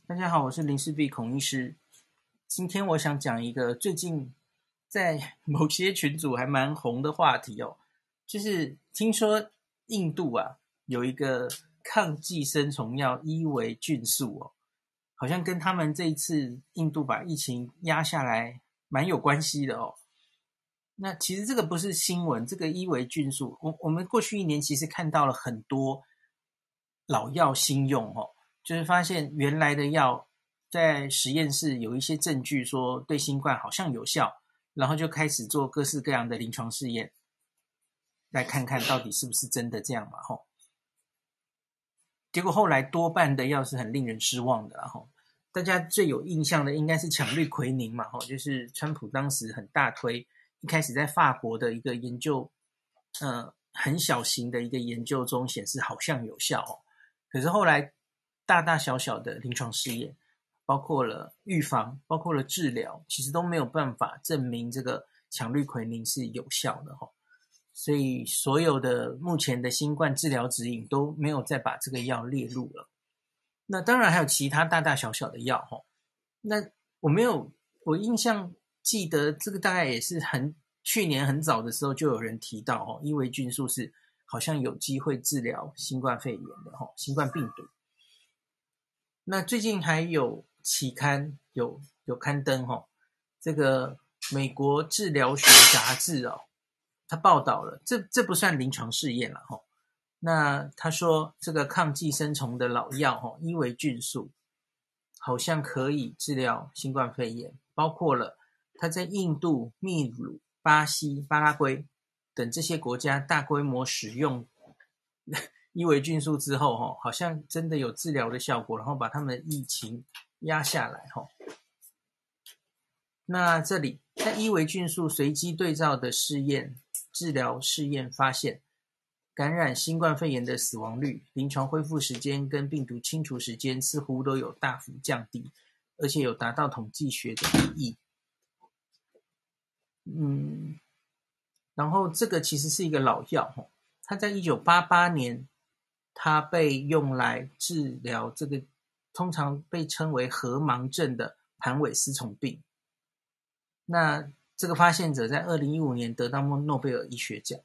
大家好，我是林氏璧孔医师。今天我想讲一个最近在某些群组还蛮红的话题哦，就是听说印度有一个抗寄生虫药伊维菌素哦，好像跟他们这一次印度把疫情压下来蛮有关系的哦。那其实这个不是新闻，这个伊维菌素，我们过去1年其实看到了很多老药新用哦，就是发现原来的药在实验室有一些证据说对新冠好像有效，然后就开始做各式各样的临床试验，来看看到底是不是真的这样嘛吼。结果后来多半的药是很令人失望的啦吼。大家最有印象的应该是羟氯喹宁嘛吼，就是川普当时很大推，一开始在法国的一个研究很小型的一个研究中显示好像有效哦。可是后来大大小小的临床试验，包括了预防，包括了治疗，其实都没有办法证明这个羟氯喹宁是有效的吼。所以所有的目前的新冠治疗指引都没有再把这个药列入了。那当然还有其他大大小小的药吼。那我印象记得这个大概也是去年很早的时候就有人提到哦，伊维菌素是好像有机会治疗新冠肺炎的吼，新冠病毒。那最近还有期刊有刊登吼，这个美国治疗学杂志哦，他报道了，这不算临床试验了吼。那他说这个抗寄生虫的老药吼，伊维菌素好像可以治疗新冠肺炎，包括了他在印度、秘鲁、巴西、巴拉圭等这些国家大规模使用伊维菌素之后好像真的有治疗的效果，然后把他们的疫情压下来那这里在伊维菌素随机对照的治疗试验发现，感染新冠肺炎的死亡率、临床恢复时间跟病毒清除时间似乎都有大幅降低，而且有达到统计学的意义。然后这个其实是一个老药它在1988年它被用来治疗这个通常被称为核盲症的盘韦斯虫病。那这个发现者在2015年得到诺贝尔医学奖。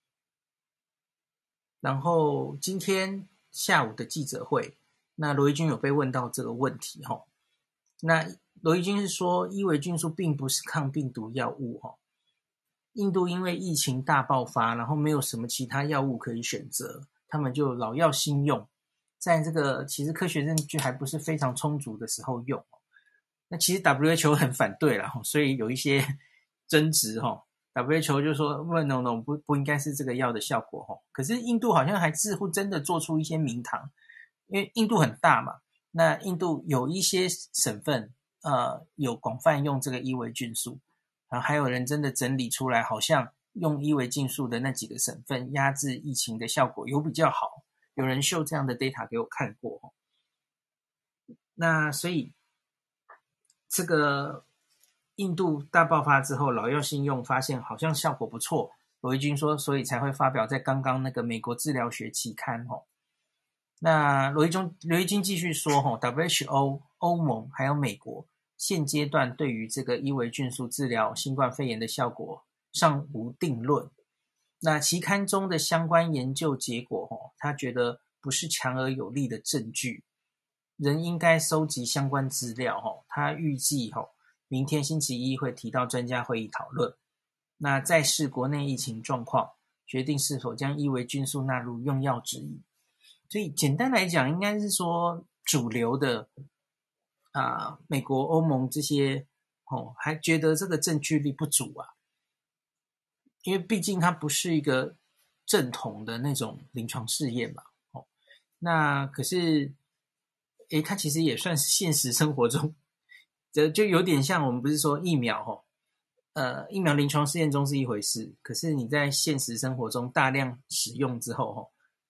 然后今天下午的记者会，那罗一钧有被问到这个问题那罗一钧是说伊维菌素并不是抗病毒药物印度因为疫情大爆发，然后没有什么其他药物可以选择，他们就老药新用，在这个其实科学证据还不是非常充足的时候用那其实 WHO 很反对啦所以有一些争执WHO 就说 no 不应该是这个药的效果可是印度好像还似乎真的做出一些名堂，因为印度很大嘛，那印度有一些省份有广泛用这个伊维菌素，然后还有人真的整理出来，好像用伊维菌素的那几个省份压制疫情的效果有比较好，有人秀这样的 data 给我看过那所以这个印度大爆发之后，老药新用发现好像效果不错，罗一钧说，所以才会发表在刚刚那个美国治疗学期刊那罗一钧继续说WHO、欧盟还有美国现阶段对于这个伊维菌素治疗新冠肺炎的效果尚无定论。那期刊中的相关研究结果他觉得不是强而有力的证据，仍应该收集相关资料他预计明天星期一会提到专家会议讨论，那再视国内疫情状况，决定是否将伊维菌素纳入用药指引。所以简单来讲，应该是说主流的美国、欧盟这些还觉得这个证据力不足因为毕竟它不是一个正统的那种临床试验嘛那可是它其实也算是现实生活中就有点像我们不是说疫苗疫苗临床试验中是一回事，可是你在现实生活中大量使用之后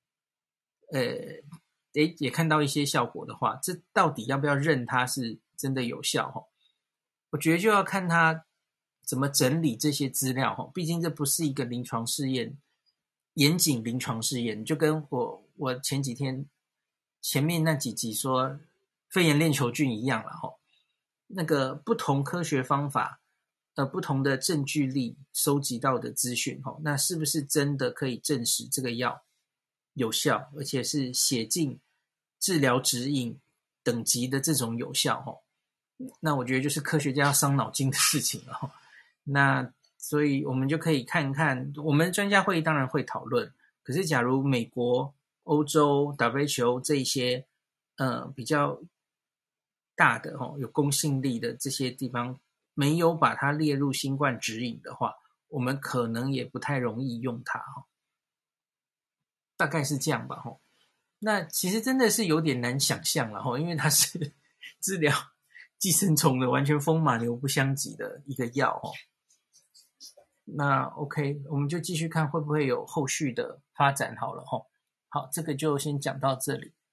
也看到一些效果的话，这到底要不要认它是真的有效我觉得就要看它怎么整理这些资料毕竟这不是一个临床试验，严谨临床试验，就跟我前几天前面那几集说肺炎链球菌一样啦齁，那个不同科学方法不同的证据力收集到的资讯那是不是真的可以证实这个药有效，而且是写进治疗指引等级的这种有效那我觉得就是科学家要伤脑筋的事情了那所以我们就可以看看，我们专家会议当然会讨论，可是假如美国、欧洲、WHO 这一些比较大的有公信力的这些地方没有把它列入新冠指引的话，我们可能也不太容易用它大概是这样吧那其实真的是有点难想象了因为它是治疗寄生虫的完全风马牛不相及的一个药那 OK 我们就继续看会不会有后续的发展好了好，这个就先讲到这里。